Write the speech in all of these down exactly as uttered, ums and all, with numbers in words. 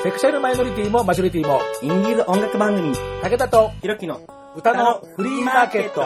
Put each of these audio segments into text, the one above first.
セクシャルマイノリティもマジョリティもインディーズ音楽番組武田とひろきの歌のフリーマーケット。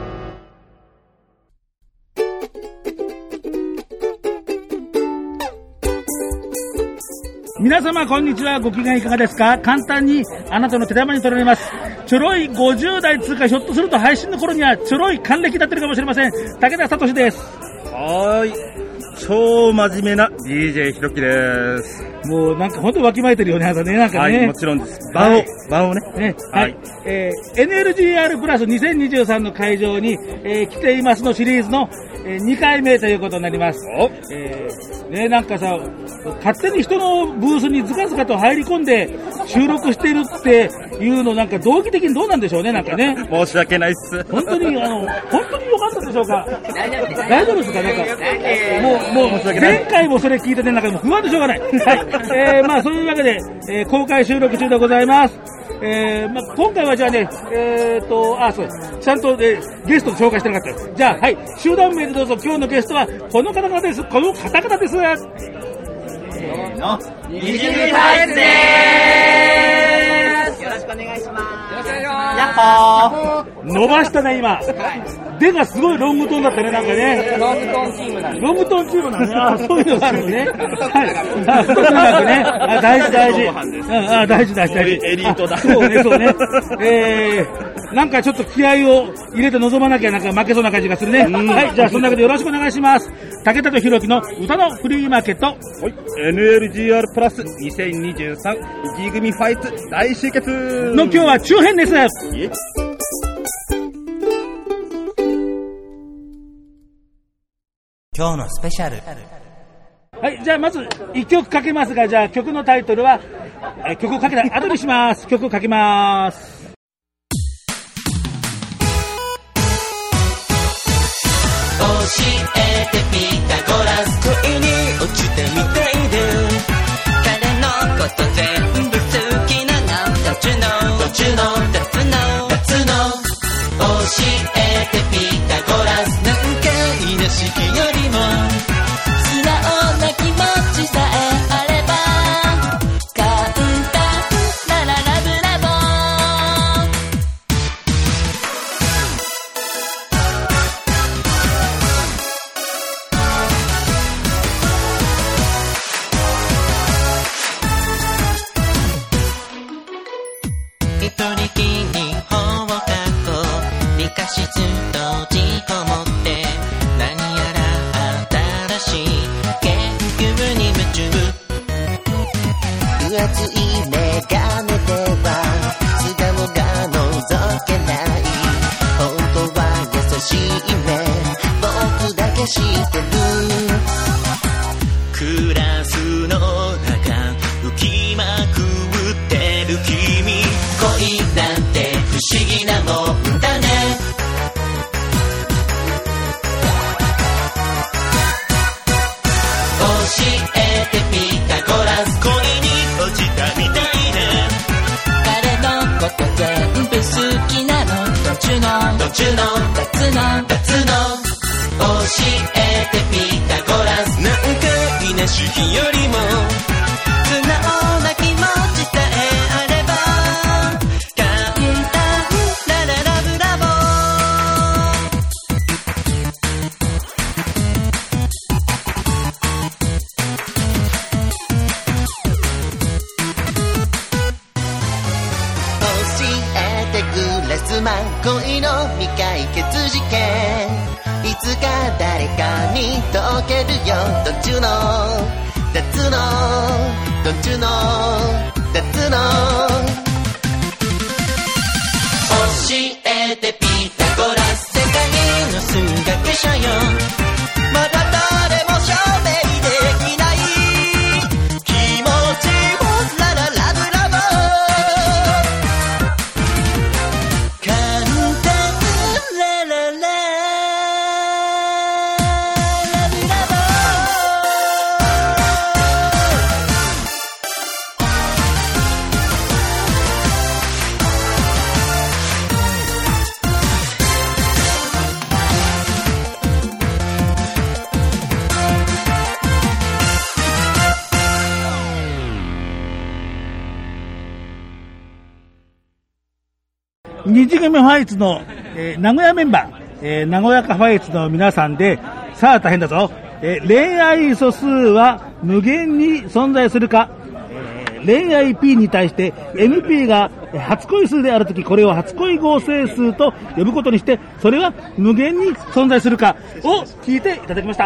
皆様こんにちは。ご機嫌いかがですか？簡単にあなたの手玉に取られます。ちょろいごじゅう代通過、ひょっとすると配信の頃にはちょろい還暦だってるかもしれません。武田聡です。 はーい、超真面目な ディージェー ひろきです。 もうなんか本当にわきまえてるよね、あなたね、なんかね。 はい、もちろんです。場を、はい、場をね。 ね、はい。はい、えー、エヌエルジーアール プラスにせんにじゅうさんの会場に、えー、来ていますのシリーズの、えー、にかいめということになります。 おえー、ね、なんかさ、勝手に人のブースにずかずかと入り込んで収録してるっていうの、なんか動機的にどうなんでしょうね、なんかね。 申し訳ないっす。 本当に、あの、本当に良かったでしょうか。大丈夫です。大丈夫ですか、なんか。もう、もう、前回もそれ聞いてて、なんかもう不安でしょうがない。はい。えー、まあ、そういうわけで、えー、公開収録中でございます。えー、まあ、今回はじゃあね、えーと、あ、そう、ちゃんと、えー、ゲストで紹介してなかったです。じゃあ、はい、集団名でどうぞ。今日のゲストは、この方々です。この方々です。 せーの、にじゅうタイツでーす。よろしくお願いします。よろしくお願いします。やっほー。 伸ばしたね、今。出がすごいロングトーンだったね、なんかね。 ロングトーンチームなんで。 ロングトーンチームなんね。あ、そういうのがあるのね。はい。あ、太くなくね。あ、大事大事。うん、あ、大事大事大事。 エリートだ。 そうね、そうね。えー、なんかちょっと気合を入れて臨まなきゃなんか負けそうな感じがするね。はい、じゃあそんなわけでよろしくお願いします。武田とひろきの歌のフリーマーケット。はい。 エヌエルジーアール プラスにせんにじゅうさん生き組ファイツ大集結の今日は中編です。 今日のスペシャル。 はい、じゃあまずいっきょくかけますが、じゃあ曲のタイトルは、えー、曲をかけた後にします。曲をかけます。 教えてピタゴラス恋に落ちてみている彼のこと全部好きなのどっちのどっちのどっちのどっちの教えてピタゴラスなんかいなしきよりも素直な気持ちさえあれば簡単ならラブラボ一人きり本を書こう理科室閉じこもって何やら新しい研究に夢中分厚いメガネでは素顔が覗けない本当は優しい目僕だけ知ってるクラスの中浮きまくってる君恋なんて不思議なもんだね教えてピタゴラス恋に落ちたみたいね彼のこと全部好きなのどっちのどっちのどっちのどっちの教えてピタゴラスなんかいなしきよりも素直な気持ちさえあれば簡単ラララブラボ教えてくれすまん恋の未解決事件いつか誰かに解けるよどっちのどっちのどっちのどっちの教えてピタゴラス世界の数学者よまだ誰も証明できない気持ちをラララブラボ簡単ララララブラボ二次組ファイツの、えー、名古屋メンバー、えー、名古屋カファイツの皆さんで、さあ大変だぞ、えー、恋愛素数は無限に存在するか、えー、恋愛 P に対して エムピー が初恋数であるとき、これを初恋合成数と呼ぶことにして、それは無限に存在するかを聞いていただきました。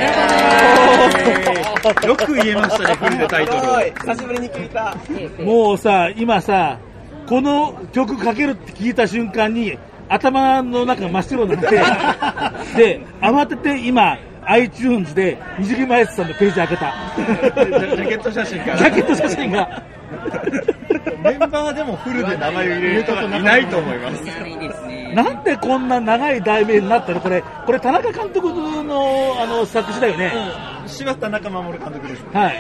よく言えましたね、フルのタイトル。 久しぶりに聞いた。 もうさ、今さ、この曲かけるって聞いた瞬間に頭の中真っ白になってで、慌てて今 iTunes で二次元マイスさんのページ開けた。 ジャケット写真がジャケット写真がメンバーでもフルで名前を入れる人はいないと思います。 なんでこんな長い題名になったの？これこれ田中監督のあの作詞だよね。 うん、柴田中守監督ですね。 はい。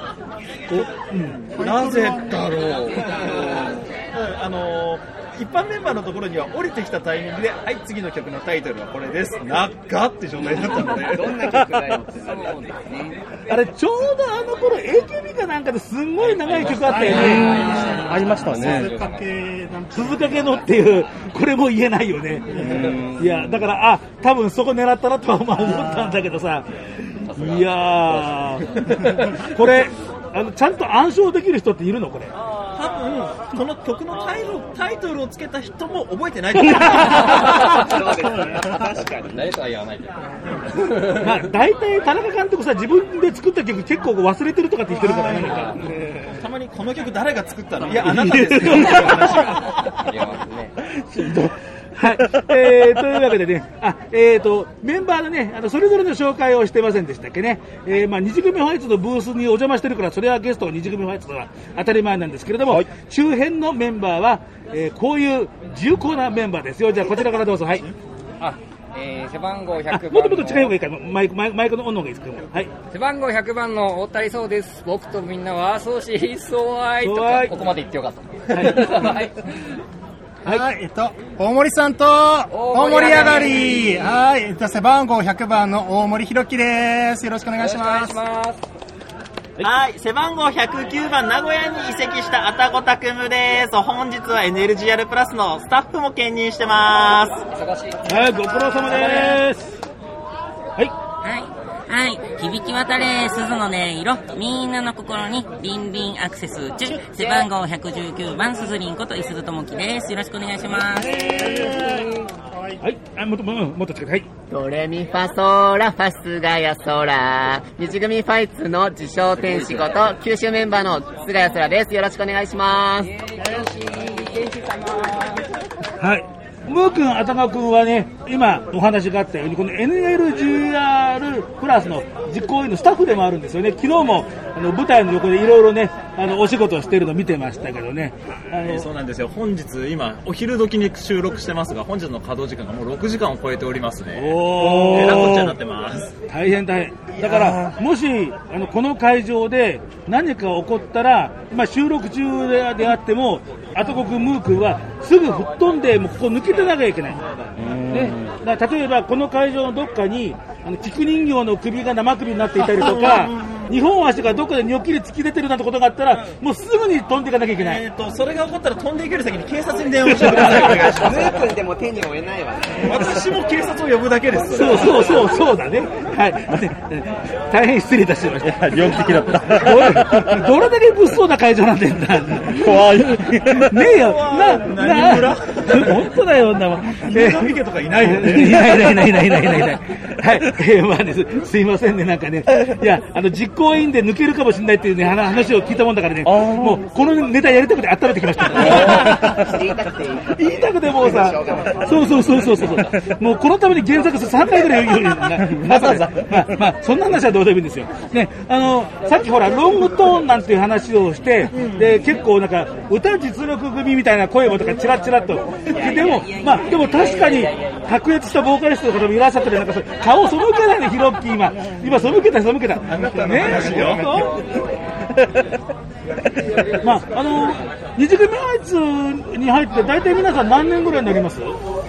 うん、なぜだろう。あの一般メンバーのところには降りてきたタイミングで、はい、次の曲のタイトルはこれです。長って状態だったので、 どんな曲だよってなるよね。 あれちょうどあの頃 エーケービー かなんかですんごい長い曲あったよね。 ありましたね。 鈴懸鈴懸のっていう、これも言えないよね。いやだからあ多分そこ狙ったなとは思ったんだけどさ、いやーこれあのちゃんと暗唱できる人っているのこれ？ 多分この曲のタイトル、タイトルをつけた人も覚えてないと思う。 そうですね。確かに。誰とは言わないけど。 まあ大体田中監督さ、自分で作った曲結構忘れてるとかって言ってるからね。 たまにこの曲誰が作ったの？いやあなたですよっていう話が。 はい、えー、というわけでね、あ、えーと、メンバーのね、あの、それぞれの紹介をしてませんでしたっけね。えー、まあ、二次組ファイツのブースにお邪魔してるから、それはゲストが二次組ファイツとは当たり前なんですけれども、はい、周辺のメンバーは、えー、こういう重厚なメンバーですよ。じゃあ、こちらからどうぞ。はい。 あ、えー、背番号ひゃくばん。 もっともっと近い方がいいから、マイク、マイクの音の方がいいですけども。はい。 背番号ひゃくばんの大谷そうです。僕とみんなは、そうし、そうあいとか、ここまで言ってよかった。はい。はいはい、はい、えっと、大森さんと、大盛り上がり。はい、えっと、背番号ひゃくばんの大森弘樹です。よろしくお願いします。 はい、背番号ひゃくきゅうばん、名古屋に移籍したあたごたくむです。本日は エヌエルジーアール プラスのスタッフも兼任してます。 はい、ご苦労様です。はい。 はい。はい。響き渡れ、鈴の音色。みんなの心に、ビンビンアクセス中。背番号ひゃくじゅうきゅうばん、鈴凛こと、いすずともきです。よろしくお願いします。 はい。あ、もっと、もっと近く、はい。 ドレミファソーラ、ファスガヤソラ。二次組ファイツの自称天使こと、九州メンバーの菅谷空です。よろしくお願いします。 はい。ムー君、あたが君はね、今お話があったように、この エヌエルジーアール プラスの実行委員のスタッフでもあるんですよね。昨日もあの舞台の横でいろいろね、あのお仕事をしているのを見てましたけどね。あのえー、そうなんですよ。本日今お昼時に収録してますが、本日の稼働時間がもうろくじかんを超えておりますね。 おー、 えらこっちゃになってます。 大変大変。だからもしあのこの会場で何か起こったら、まあ、収録中で、であっても、あたご君、ムー君はすぐ吹っ飛んでもうここ抜けてなきゃいけない。ね、だから例えばこの会場のどっかにあの菊人形の首が生首になっていたりとか、日本足がどっかでニョッキリ突き出てるなんてことがあったら、もうすぐに飛んでいかなきゃいけない。 えーと、それが起こったら飛んでいける先に警察に電話してください。お願いします。 ムー君でも手に負えないわね。 私も警察を呼ぶだけです。 そうそうそうそうだね。はい。大変失礼いたしました。 猟奇的だった。 どれだけ物騒な会場なんだよな。 怖い。 ねえよ。な、 何村？ 本当だよ、なもん。 南家とかいないよね。 いないいないいないいないいないいない。はい。えー、まあです。すいませんね、なんかね。いや、あの、実行委員で抜けるかもしれないっていうね、話を聞いたもんだからね。もう、このネタやりたくて温めてきました。 言いたくて言いたくてもうさ、そうそうそうそうそう。もうこのために原作さんかいぐらい言うようになった。まあ、まあ、そんな話はどうでもいいんですよ。ね、あの、さっきほら、ロングトーンなんていう話をして、で、結構なんか、歌実力組みたいな声もとか、チラチラっと。でも、まあ、でも確かに、卓越したボーカリストの方もいらっしゃって、なんか顔背けないね、ヒロッキー今。今、背けた、背けた。 あなたの話よ。 ね、まあ、あの、二次組ファイツに入って、大体皆さん何年ぐらいになります？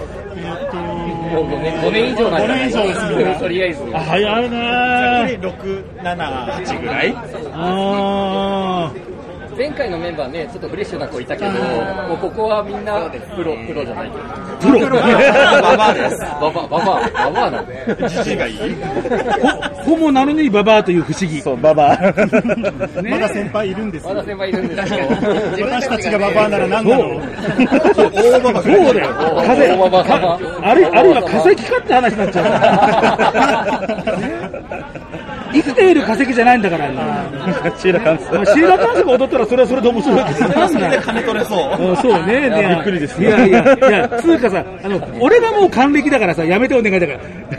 ごねん以上なんじゃないですか。とりあえず。 あ、早いねろく、なな、はちぐらい。 あー。 前回のメンバーね、ちょっとフレッシュな子いたけど、もうここはみんなプロ、プロじゃないけど。 プロババアです。 ババア、ババア、ババアなんで。 自信がいいホモなのにババアという不思議。 そう、ババア。 まだ先輩いるんですよ。 まだ先輩いるんですよ。 私たちがババアなら何なの？ 大ババ。そうだよ。風、 大ババ様。 あるいは化石かって話になっちゃう。生きている化石じゃないんだから。 シーラカンス。 シーラカンスが踊ったらそれはそれで面白いけど。 それで金取れそう。 そうね。 びっくりですね。 いやいや、いや、つうかさ、あの、俺がもう還暦だからさ、やめてお願いだから。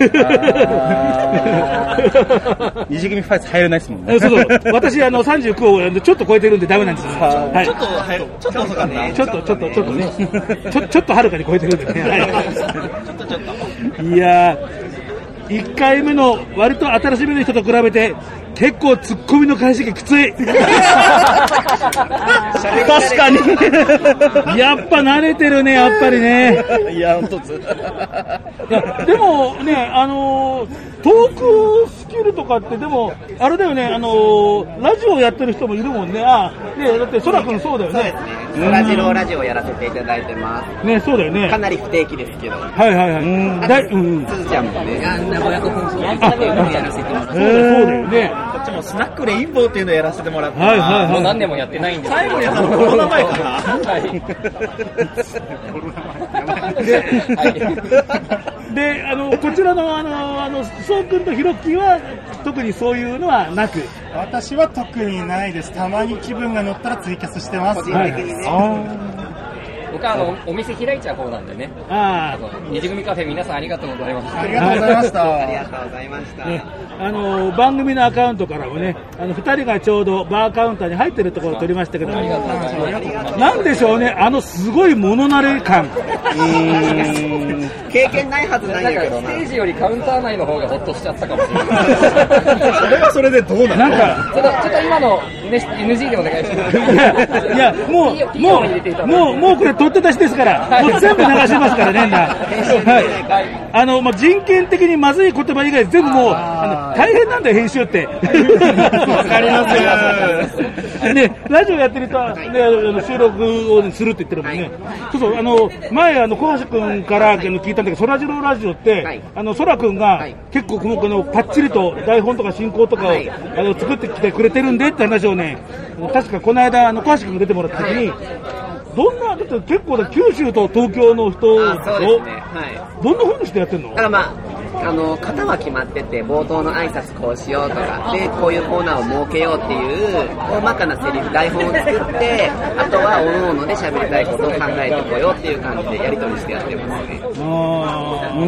二次組ファイツ入れないですもんね。 そうそう。私、あの、さんじゅうきゅうをちょっと超えてるんでダメなんですよ。はい。 ちょっと、はい、ちょっと遅かった。 ちょっと、ちょっと、ちょっとね。ちょ、ちょっとはるかに超えてるんでね。はい。 ちょっと、ちょっと。 いやー、いっかいめの割と新しめの人と比べて、結構ツッコミの返しがきつい。確かに。 やっぱ慣れてるね、やっぱりね。 いや、ほんとつ。 いや、でもね、あのー、トークスキルとかってでも、あれだよね、あのー、ラジオやってる人もいるもんね。あ、ね、だってそらくんそうだよね。 そらジローラジオやらせていただいてます。 ね、そうだよね。 かなり不定期ですけど。 はいはいはい。うん。だい、うん。 すずちゃんもね。 名古屋放送やらせてます。 そうだよね。 こっちもスナックレインボーっていうのをやらせてもらって、 はいはいはい、 もう何年もやってないんですけど、 最後にやったのコロナ前かな。 はいで、で、あのこちらのあのあのそうくんとひろっきーは特にそういうのはなく、 私は特にないです。たまに気分が乗ったらツイキャスしてます。 個人的にね。 僕はあのお店開いちゃう方なんでね。 ああ、二次組カフェ皆さんありがとうございます。 ありがとうございました。 ありがとうございました。 ね、あの番組のアカウントからもね、あのふたりがちょうどバーカウンターに入ってるところを撮りましたけど、 ありがとうございます。 なんでしょうね、あのすごい物慣れ感。 経験ないはずないんだけどな。 ステージよりカウンター内の方がホッとしちゃったかもしれない。 それはそれでどうなの？ なんかちょっとちょっと今の エヌジー でお願いします。 いや、もうもうもうもうこれ取って出しですから、もう全部流しますからね。はい。あのまあ人権的にまずい言葉以外全部もうあの大変なんだよ編集って。わかりますよ。ね、ラジオやってるとね、あの収録をするって言ってるもんね。そうそう、あの前あの小橋君から聞いたんだけど、そらジローラジオって、はい、あのそらくんが、はい、結構このこのパッチリと台本とか進行とかを、はい、あの作ってきてくれてるんでって話をね、確かこの間あの小橋君が出てもらった時に、はい、どんなだって結構だ九州と東京の人を、 あ、そうですね、はい、 どんな風にしてやってんの？ だからまああの型は決まってて、冒頭の挨拶こうしようとかで、こういうコーナーを設けようっていう大まかなセリフ台本を作って、あとは各々で喋りたいことを考えてこようっていう感じでやり取りしてやってますね。 ああ、うん、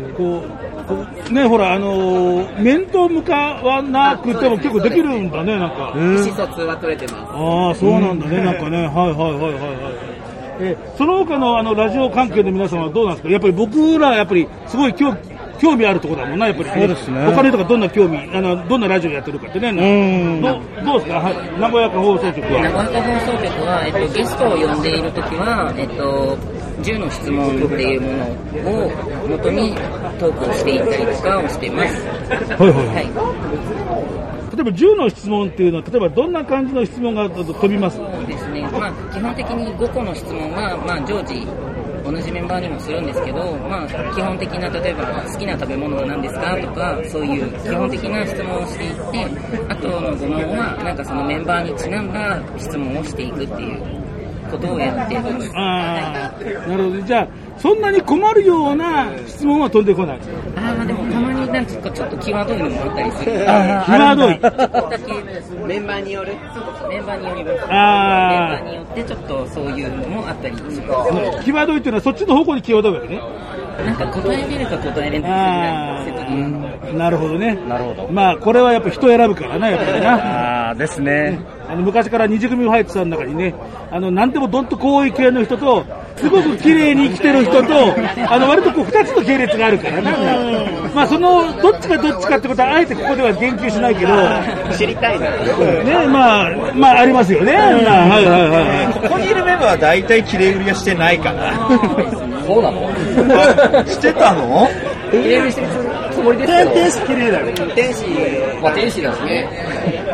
こうこうね、ほらあのー、面と向かわなくても結構できるんだね、なんか。 意思疎通は取れてます。 ああ、そうなんだね、なんかね、はいはいはいはいはい。えその他のあのラジオ関係の皆さんはどうなんですか？やっぱり僕らやっぱりすごい興興味あるところだもんな、やっぱり、ね。そうですね。他の人がどんな興味、あのどんなラジオやってるかってね。うんどどうですか、はい、名古屋放送局は。 名古屋放送局は、えっと、ゲストを呼んでいるときは、えっと、じゅうの質問っていうものを元にトークをしていったりとかをしています。 はいはいはい。はい、例えばじゅうの質問っていうのは、例えばどんな感じの質問が飛びます？ そうですね、まあ、基本的にごこの質問は、まあ、常時同じメンバーにもするんですけど、まあ、基本的な、例えば好きな食べ物は何ですかとか、そういう基本的な質問をしていって、あとのご問はなんかそのメンバーにちなんだ質問をしていくっていうことをやっています。 ああ、なるほど。じゃあそんなに困るような質問は飛んでこない。 ああ、でもたまになんかちょっと際どいのもあったりする。 ああ、際どい。 ちょっとだけメンバーによる。 メンバーによります。 ああ。 メンバーによってちょっとそういうのもあったりします。 際どいっていうのはそっちの方向に際どいわけね。 なんか答えれるか答えれないか。 なるほどね。 なるほど。 まあこれはやっぱ人選ぶからな、やっぱりな。 ああですね。 あの昔から二次組ファイトさんの中にね、あのなんでもどんと好意系の人とすごく綺麗に生きてる人と、あの割とこう二つの系列があるからね。まあそのどっちがどっちかってことはあえてここでは言及しないけど、 知りたいな。 ね、まあまあありますよね。はいはいはい。 ここにいるメンバーは大体綺麗売りはしてないから。 そうなの？ してたの？ 綺麗にしてるつもりですけど。 天使綺麗だよ。 天使、 まあ天使だしね。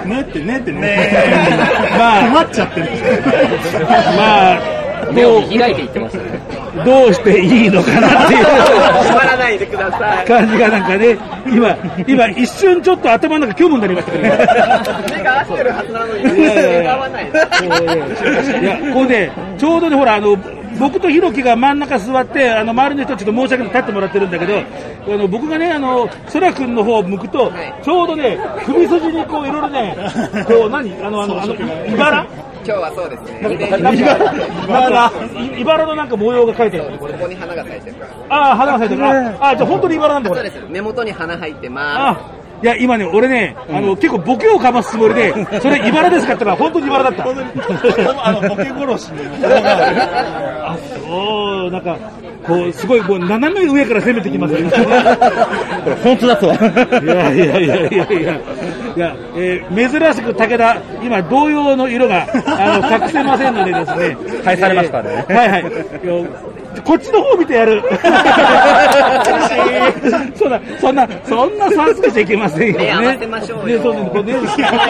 ねってねってね。 まあ、 困っちゃってる。 まあ、 目を見開いていってましたね。 どうしていいのかなっていう。 閉まらないでください。 感じがなんかね、今、今一瞬ちょっと頭の中虚無になりましたけど、ね、 目が合ってるはずなのに、目が合わない。 いや、これね、ちょうどね、ほら、あの、僕とひろきが真ん中座って、あの、周りの人ちょっと申し訳ない立ってもらってるんだけど、あの、僕がね、あの、そらくんの方を向くと、ちょうどね、首筋にこう、いろいろね、こう、何あの、あの、あの、いばら今日はそうですね。 なんか、いばらのなんか模様が書いてある。 ここに花が咲いてるから。 ああ、花が咲いてる。ああ、じゃあ本当にいばらなんだ、これ。 そうです。根元に花入ってます。 いや、今ね、俺ね、あの、結構ボケをかますつもりで、それ、茨ですかってのは、本当に茨だった。 あの、ボケ殺しの。 あ、そう、なんか、こう、すごい、もう、斜め上から攻めてきますね。これ、本当だとは。 いやいやいやいやいや。いや、えー、珍しく武田、今、同様の色が、あの、隠せませんのでですね。 返されましたね。 えー、はいはい。こっちの方見てやる。そんな、そんな、そんなさすがちゃいけませんよね。 目合わせましょうよ。 ね、そうね、これね。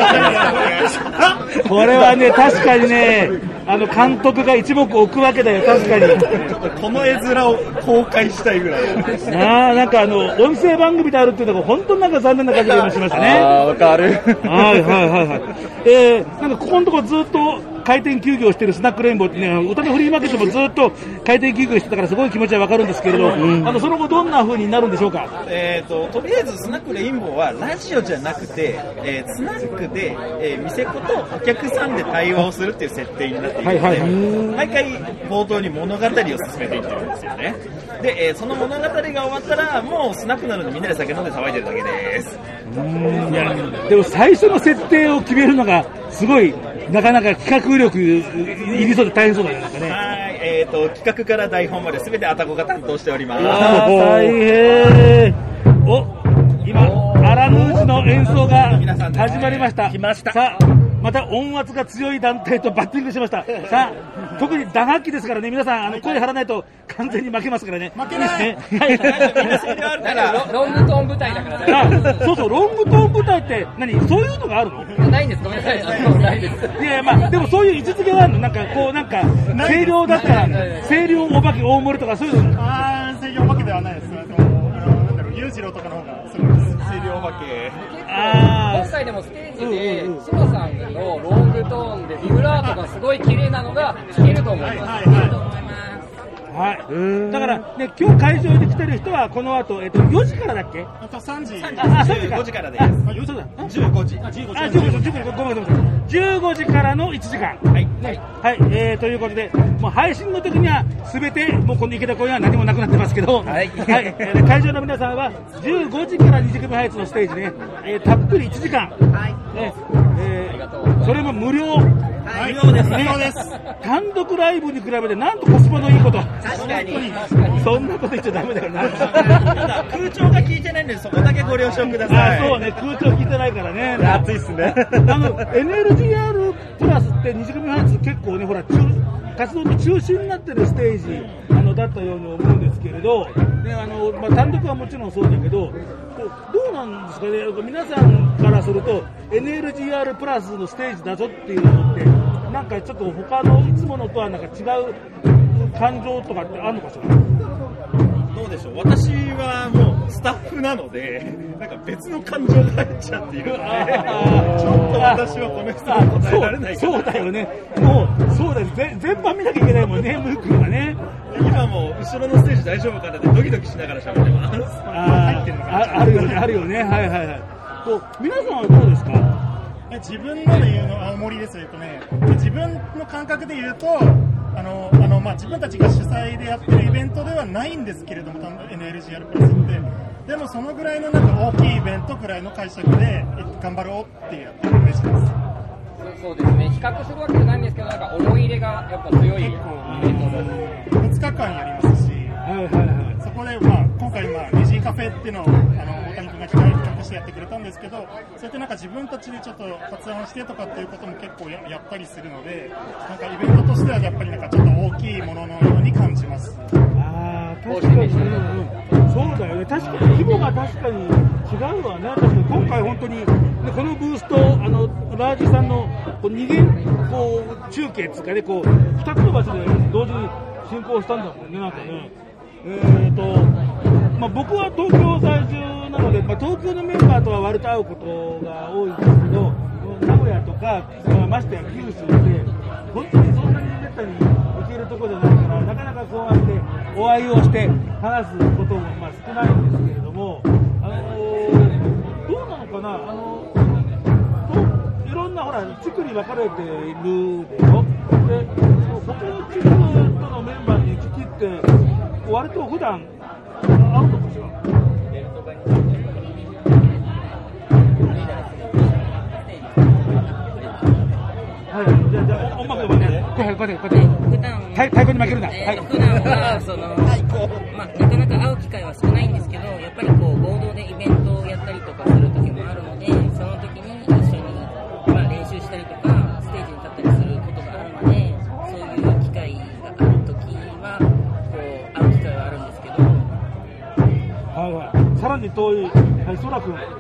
これはね、確かにね、あの、監督が一目置くわけだよ、確かに。 この絵面を公開したいぐらい。 ああ、なんかあの、音声番組であるっていうのが、本当になんか残念な感じがしましたね。 ああ、わかる。 はいはいはいはい。えー、なんかここのところずっと開店休業してるスナックレインボーってね、歌のフリーマーケットもずっと開店休業してたからすごい気持ちはわかるんですけれど、うん、あの、その後どんな風になるんでしょうか。 えっと、とりあえずスナックレインボーはラジオじゃなくて、えー、スナックで、えー、店子とお客さんで対話をするっていう設定になっているので、はいはい、毎回冒頭に物語を進めていってるんですよね。で、えー、その物語が終わったら、もうスナックなのでみんなで酒飲んで騒いでるだけです。 うーん、いや、でも最初の設定を決めるのが、すごい、なかなか企画力いりそうで大変そうだよね。 はい、えっと、企画から台本まで全てアタコが担当しております。 あー、大変。お、今、アラヌージの演奏が始まりました。 来ました。 さあ、また音圧が強い団体とバッティングしました。さあ、特に打楽器ですからね、皆さん、あの、声張らないと完全に負けますからね。 負けないですね。 はい。 みんな声量あるから。 ロングトーン舞台だからね。 あ、そうそう、ロングトーン舞台って、何、そういうのがあるの？ ないんです、ごめんなさい。ないです。 いやいや、まあ、でもそういう位置づけがあるの。なんか、こう、なんか、声量だったら、声量お化け大盛りとかそういうの。 あー、声量お化けではないです。あの、なんだろう、裕次郎とかの方がすごいです。 声量お化け。 あ今回でもステージで、シロさんのロングトーンでビブラートがすごい綺麗なのが聞けると思います。はい、はい、 はい。だから、ね、今日会場に来てる人は、この後、えっと、よじからだっけ？ あとさんじ。 あ、 じゅうごじからです。 あ、そうだ。 じゅうごじ。 あ、じゅうごじ、じゅうごじ、ごめんごめんごめん。じゅうごじからのいちじかん。はい。ね。はい。えー、ということで、もう配信の時には、すべて、もうこの池田公園は何もなくなってますけど、はい。はい。えー、会場の皆さんは、じゅうごじからにじ組ハイツのステージね、えー、たっぷりいちじかん。はい。ね。えー、それも無料。 はい、無料です。無料です。 単独ライブに比べてなんとコスパのいいこと。 確かに。 そんなこと言っちゃダメだよな。 空調が効いてないんで、そこだけご了承ください。 あ、そうね、空調効いてないからね。 暑いっすね。 あの、エヌエルジーアール プラスってにじ組ハイツ結構ね、ほら、活動の中心になってるステージ、あの、だったように思うんですけれど、ね、あの、まあ、単独はもちろんそうだけど、どうなんですかね、皆さんからすると エヌエルジーアール プラスのステージだぞっていうのってなんかちょっと他のいつものとはなんか違う感情とかってあるのかしら。 どうでしょう、私はもうスタッフなのでなんか別の感情が入っちゃっているのでちょっと私はこの質問答えられないかな。 そうだよね、もうそうだよ、全般見なきゃいけないもんね、ムー君はね。 今も後ろのステージ大丈夫かなってドキドキしながら喋ってます。 ああ、あるよね、あるよね、はいはいはい。こう皆さんはどうですか？ 自分ので言うの青森ですよね。自分の感覚で言うと、あのあのまあ自分たちが主催でやってるイベントではないんですけれども、エヌエルジーアール プラスってでもそのぐらいのなんか大きいイベントくらいの解釈で頑張ろうってやってるイメージです。 そうですね。比較するわけじゃないんですけど、なんか思い入れがやっぱ強いイベントだね。 ふつかかんやりますし、はいはいはい、そこでまあ今回まあニジーカフェっていうのをあの大谷君が企画してやってくれたんですけど、そうやってなんか自分たちでちょっと発案してとかっていうことも結構 や, やったりするので、なんかイベントとしてはやっぱりなんかちょっと大きいもののように感じます。 ああ、確かに、うん、そうだよね。確かに規模が確かに違うわね。確かに今回本当にでこのブースとあのラージさんのこう二元こう中継つかね、こうふたつの場所で同時に進行したんだもんね、なんかね。えーとまあ、僕は東京在住なので、まあ、東京のメンバーとは割と会うことが多いんですけど、名古屋とか、まあ、ましてや九州で本当にそんなにめったに行けるところじゃないから、なかなかこうやってお会いをして話すこともまあ少ないんですけれども、あのー、どうなのかな、あのー、いろんなほら地区に分かれているでしょ。で他の地区とのメンバーに聞きって割と普段あるのかしら。はい、じゃあ、じゃあ、音楽でもね、こうやって、こうやって、こうやって、普段、太鼓に負けるな。 えー、はい。普段は、その、まあ、なかなか会う機会は少ないんですけど、やっぱりこう、合同でイベントをやったりとかする時もあるので、その時に一緒に、まあ、練習したりとか、ステージに立ったりすることがあるので、そういう機会がある時は、こう、会う機会はあるんですけど、 はいはい。さらに遠い、はい、そらくん。 は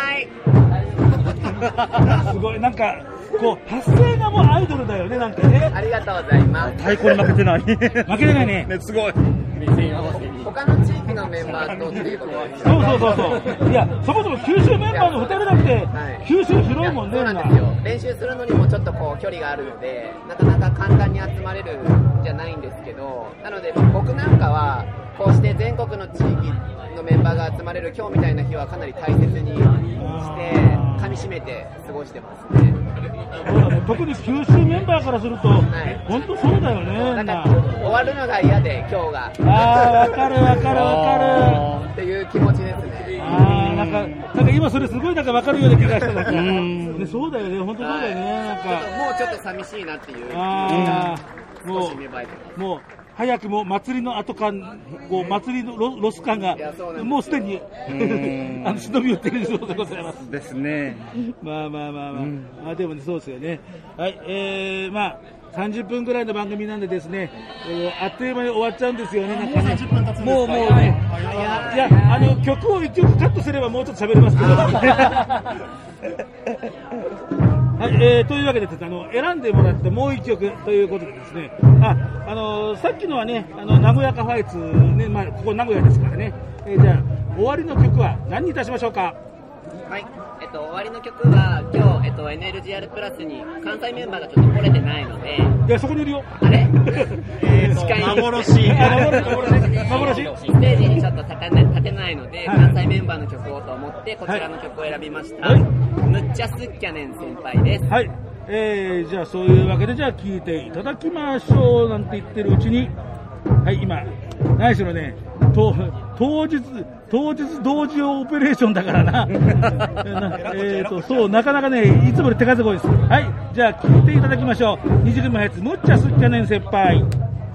ーい。すごい、なんか、こう発声がもうアイドルだよね、なんかね。 ありがとうございます。 太鼓に負けてない。負けてないね。 ね、すごい。 他の地域のメンバーとっていうことです。 そうそうそうそう。いや、そもそも九州メンバーのふたりだって、はい、九州広いもんね。 そうなんですよ。練習するのにもちょっとこう距離があるので、なかなか簡単に集まれるじゃないんですけど、なので僕なんかはこうして全国の地域のメンバーが集まれる今日みたいな日はかなり大切にして噛み締めて過ごしてますね。 そうだね、特に九州メンバーからすると、はい、本当そうだよね。 なんか終わるのが嫌で今日が。 ああ、わかるわかるわかる。 っていう気持ちですね。 ああ、なんかなんか今それすごいなんかわかるような気がした。うん。ね、そうだよね、本当そうだよね。なんかもうちょっと寂しいなっていう。 ああ、もうもう。早くも祭りの後感、こう祭りの ロ, ロス感がもうすでにあの忍び寄っているそうでございますですね。 まあまあまあまあ、うん、まあでもね、そうですよね。はい、えー、まあさんじゅっぷんぐらいの番組なんでですね、えー、あっという間に終わっちゃうんですよね。なんかね、もうもうね、いやあの曲を一曲カットすればもうちょっと喋れますけど。はい、えー、というわけであの選んでもらってもう一曲ということでですね、あ、あのー、さっきのはね、あの名古屋カファイツね、まあここ名古屋ですからね、えー、じゃあ終わりの曲は何にいたしましょうか。 はい、えっと終わりの曲は今日えっと エヌエルジーアール プラスに関西メンバーがちょっと来れてないので、 いやそこにいるよ。 あれ？ えーと幻幻ステージにちょっと立てない、立てないので、はい、関西メンバーの曲をと思ってこちらの曲を選びました。はい、むっちゃすっきゃねん先輩です。 はい、えー、じゃあそういうわけでじゃあ聴いていただきましょうなんて言ってるうちに、はい今何しろね、と当日当日同時オペレーションだからな。えーとそうなかなかねいつもより手数が多いです。はい、じゃあ聴いていただきましょう。にじゅうきゅうメガヘルツむっちゃすっきゃねん先輩。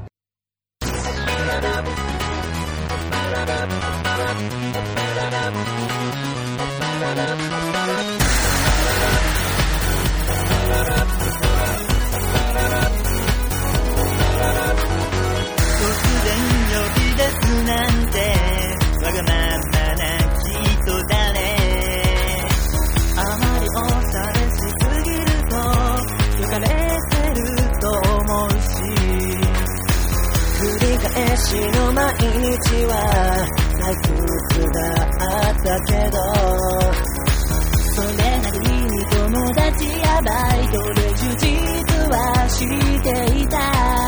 私の毎日は退屈だったけど、それなりに友達やバイトで充実はしていた。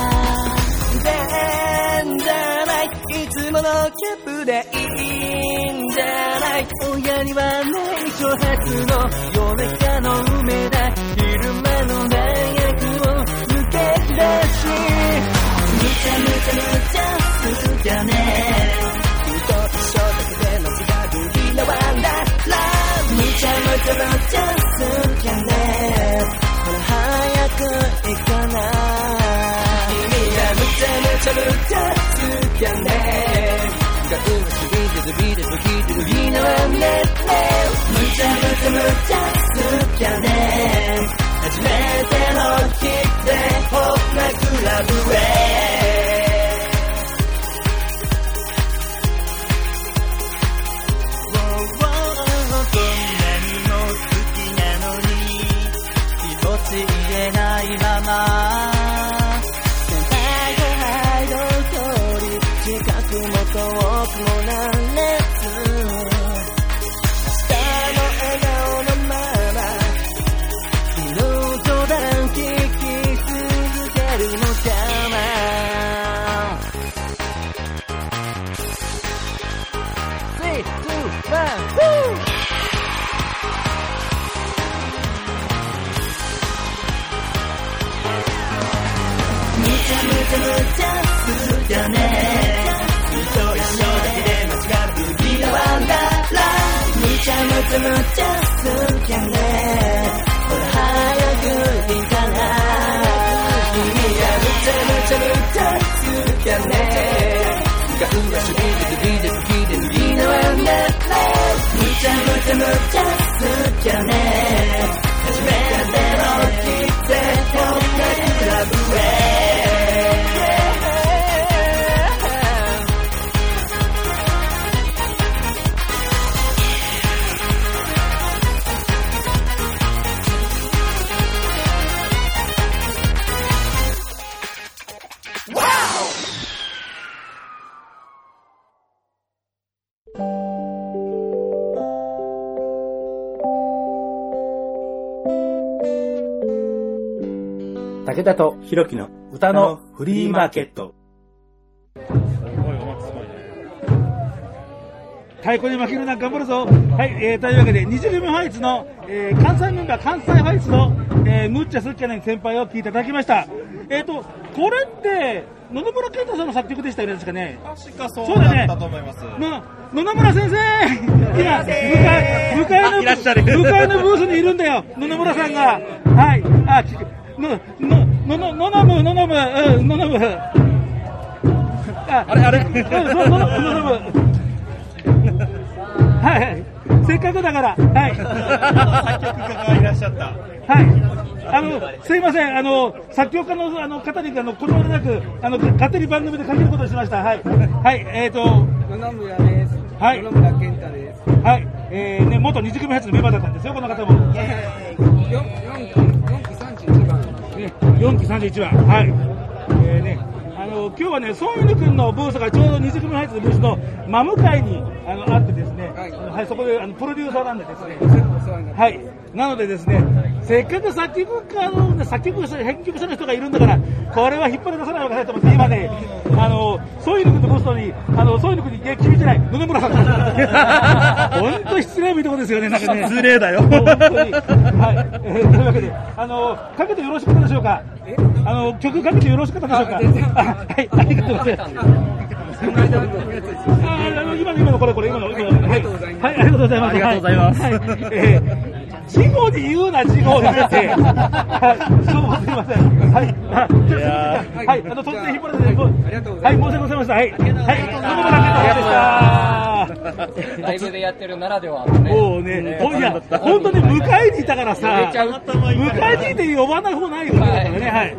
全然ないいつものキャップでいいんじゃない。親にはない挑発の夜中の梅田、昼間の大学を抜け出し、むちゃむちゃむちゃ好きだね。君と一緒だけで街がグリラワンダーラブ。むちゃむちゃむちゃ好きだね。ほら早く行かない。君がむちゃむちゃむちゃ好きだね。学校の日々でビールと聞いてるリーナワンネット。むちゃむちゃむちゃ好きだね。初めての日でホッなクラブへ。こんなにも好きもなれず明日の笑顔のまま君の冗談聞き続けるのかな スリー、ツー、ワン、フーむちゃむちゃむちゃ好きだね君と一緒だけで間違う不気なワンダーランむちゃむちゃむちゃ好きだねほら早く行かない君がむちゃむちゃむちゃ好きだねがうわしびでびで好きで不気なワンダーランむちゃむちゃむちゃ好きだね初めての季節音楽クラブへ武田とひろきの歌のフリーマーケット。 太鼓に負けるな頑張るぞ。はい、えー、というわけで二次組ファイツの、えー、関西メンバー関西ファイツの、えー、むっちゃすっきゃねん先輩を聞いていただきました。えーとこれって野々村健太さんの作曲でしたよねですかね。 確かそうだったと思います。 の野々村先生今向かい向かいの向かいのブースにいるんだよ野々村さんが。はいあののののののむののむうんののむああれあれうんそうののむののむはいはいせっかくだからはい作曲家がいらっしゃったはいあのすいませんあの作曲家のあの方にあの断りなくあの勝手に番組でかけることにしましたはいはいえっ、ー、と野々村ですはい野々村健太ですはいえー、ね元二次組発のメンバーだったんですよこの方もよんきさんじゅういちばんよんきさんじゅういちばんはい、えーね、あの今日はねソンイヌ君のブースがちょうど二次組入ってるブースの真向かいにあのあってですね、はいはい、そこであのプロデューサーなんでですねはいなのでですねせっかく作曲家の作曲者編曲者の人がいるんだからこれは引っ張り出さないわけないと思って今ねあのソイヌ君のブーストにあのソイヌ君に君じゃない野々村さん本当失礼なとこですよねなんかね失礼だよ本当にはい、えー、というわけであのかけてよろしかったでしょうかあの曲かけてよろしかったでしょうかあはいありがとうございますあ今の今のこれこれ今の今のはいはいありがとうございますありがとうございます、 はいはいえー事後に言うな事後なってはいどうもすいませんはいはいはいあの突然引っ張られてはい申し訳ございましたはいはいライブでやってるならではねもうねいや本当に迎えにいたからさ迎えにいて呼ばない方ないよねはい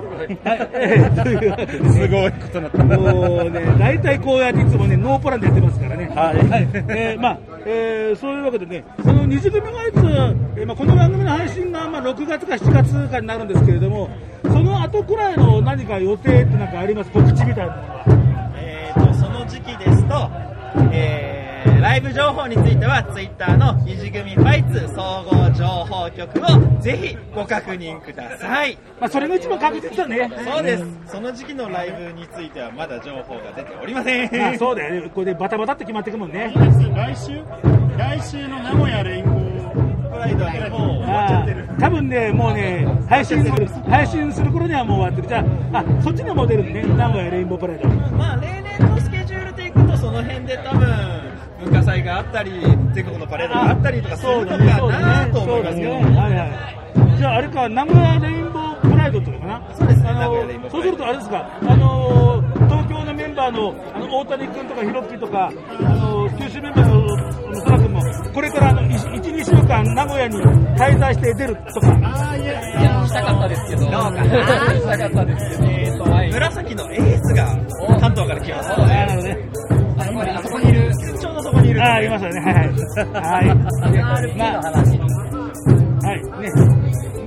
すごいことになったもうね大体こうやっていつもねノープランでやってますからねはいえまあえそういうわけでねその二次組がいつえまあこの番組の配信がまあろくがつかしちがつかになるんですけれどもその後くらいの何か予定ってなんかあります告知みたいなのはえーとその時期ですと、えー、ライブ情報についてはツイッターの二次組ファイツ総合情報局をぜひご確認ください。 まあそれが一番確実だね。 そうです、うん、その時期のライブについてはまだ情報が出ておりません。 まあそうだよねこれでバタバタって決まっていくもんね。 来週来週の名古屋レインボープライドはもう終わっちゃってる。 多分ねもうね配信配信する頃にはもう終わってる。じゃああそっちのモデルね名古屋レインボープライド。 まあ例年のスケジュールでいくとその辺で多分文化祭があったり全国のパレードがあったりとかするのかなと思いますけど、ねねはいはい、じゃああれか名古屋レインボープライドっていうのかな。 そうですね、 あのそうするとあれですかあの東京のメンバーのあの大谷君とかヒロッキーとかあの九州メンバーのソラ君もこれからあのいち、にしゅうかん名古屋に滞在して出るとか。 あいやいやしたかったですけど。どうかなしたかったですけど。 えーと、はい、紫のエースが関東から来ますので。なるほどね。 あそこにいる。 ちょうどそこにいる。 ああ、いましたね。はい。はい。 アールピー の話。 はい。ね。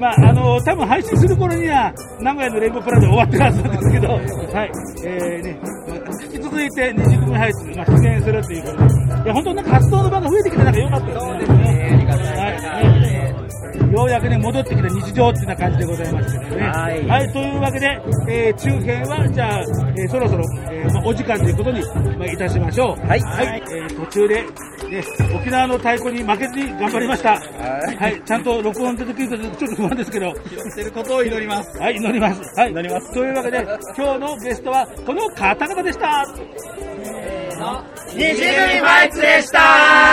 まあ、あの、多分配信する頃には、名古屋のレインボープラザ終わってるはずなんですけど、はい。えーね、引き続いて二次組配信、まあ、出演するっていうことで、いや、本当なんか活動の場が増えてきて、なんか良かったですね。そうですね。ありがとうございます。はい。ようやくね、戻ってきた日常っていうような感じでございましてね。はい。はい、というわけで、えー、中継は、じゃあ、えー、そろそろ、えー、まあ、お時間ということに、まあ、いたしましょう。はい。はい。えー、途中で、ね、沖縄の太鼓に負けずに頑張りました。はい。はい、ちゃんと録音出てくるとちょっと不安ですけど。 拾ってることを祈ります。 はい、祈ります。はい。祈ります。というわけで、今日のゲストは、この方々でした。 二次組ファイツでした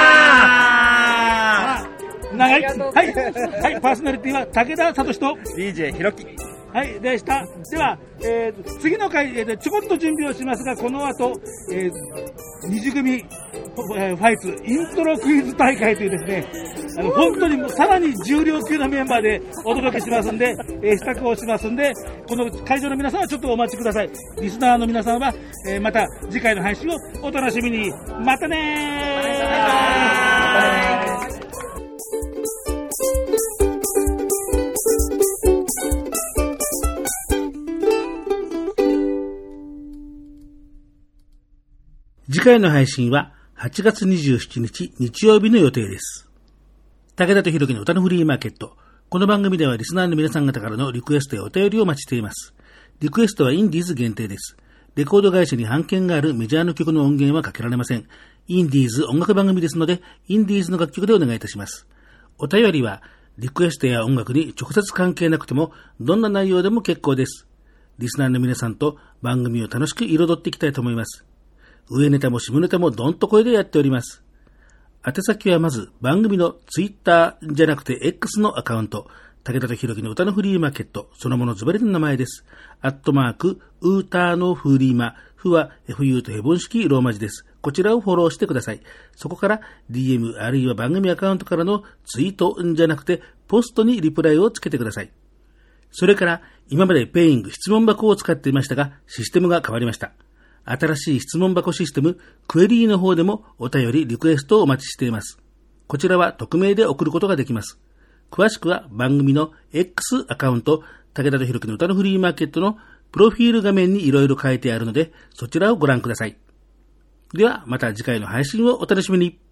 ー長い。はい。はい、パーソナリティは武田聡とディージェー ひろき。 はい、でした。では、えー、次の回、えー、ちょこっと準備をしますが、この後、えー、二次組、えー、ファイツイントロクイズ大会というですね、あの本当にさらに重量級のメンバーでお届けしますんで、えー、支度をしますんで、この会場の皆さんはちょっとお待ちください。リスナーの皆さんは、えー、また次回の配信をお楽しみに。またねー。バイバーイ。次回の配信ははちがつにじゅうしちにち日曜日の予定です。武田とひろきの歌のフリーマーケット。この番組ではリスナーの皆さん方からのリクエストやお便りをお待ちしています。リクエストはインディーズ限定です。レコード会社に版権があるメジャーの曲の音源はかけられません。インディーズ音楽番組ですので、インディーズの楽曲でお願いいたします。お便りは、リクエストや音楽に直接関係なくても、どんな内容でも結構です。リスナーの皆さんと番組を楽しく彩っていきたいと思います。上ネタも下ネタもどんと声でやっております。宛先はまず番組のツイッターじゃなくて X のアカウント、武田とひろきの歌のフリーマーケット、そのものズバリの名前です。アットマーク、ウーターのフリーマ、フは エフユー とヘボン式ローマ字です。こちらをフォローしてください。そこから ディーエム あるいは番組アカウントからのツイートじゃなくてポストにリプライをつけてください。それから今までペイング質問箱を使っていましたが、システムが変わりました。新しい質問箱システム、クエリーの方でもお便り、リクエストをお待ちしています。こちらは匿名で送ることができます。詳しくは番組の X アカウント、武田とひろきの歌のフリーマーケットのプロフィール画面にいろいろ書いてあるので、そちらをご覧ください。では、また次回の配信をお楽しみに。